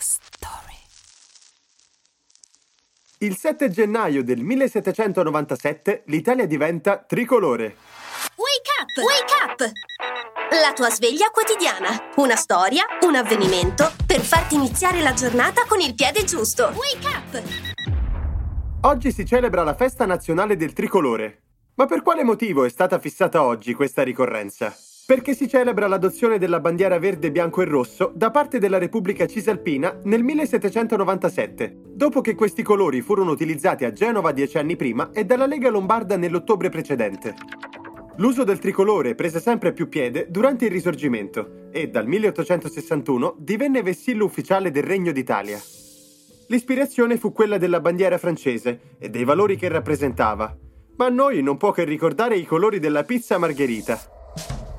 Story. Il 7 gennaio del 1797 l'Italia diventa tricolore. Wake up! Wake up! La tua sveglia quotidiana. Una storia, un avvenimento per farti iniziare la giornata con il piede giusto. Wake up! Oggi si celebra la festa nazionale del tricolore. Ma per quale motivo è stata fissata oggi questa ricorrenza? Perché si celebra l'adozione della bandiera verde, bianco e rosso da parte della Repubblica Cisalpina nel 1797, dopo che questi colori furono utilizzati a Genova 10 anni prima e dalla Lega Lombarda nell'ottobre precedente. L'uso del tricolore prese sempre più piede durante il Risorgimento e dal 1861 divenne vessillo ufficiale del Regno d'Italia. L'ispirazione fu quella della bandiera francese e dei valori che rappresentava, ma a noi non può che ricordare i colori della pizza margherita.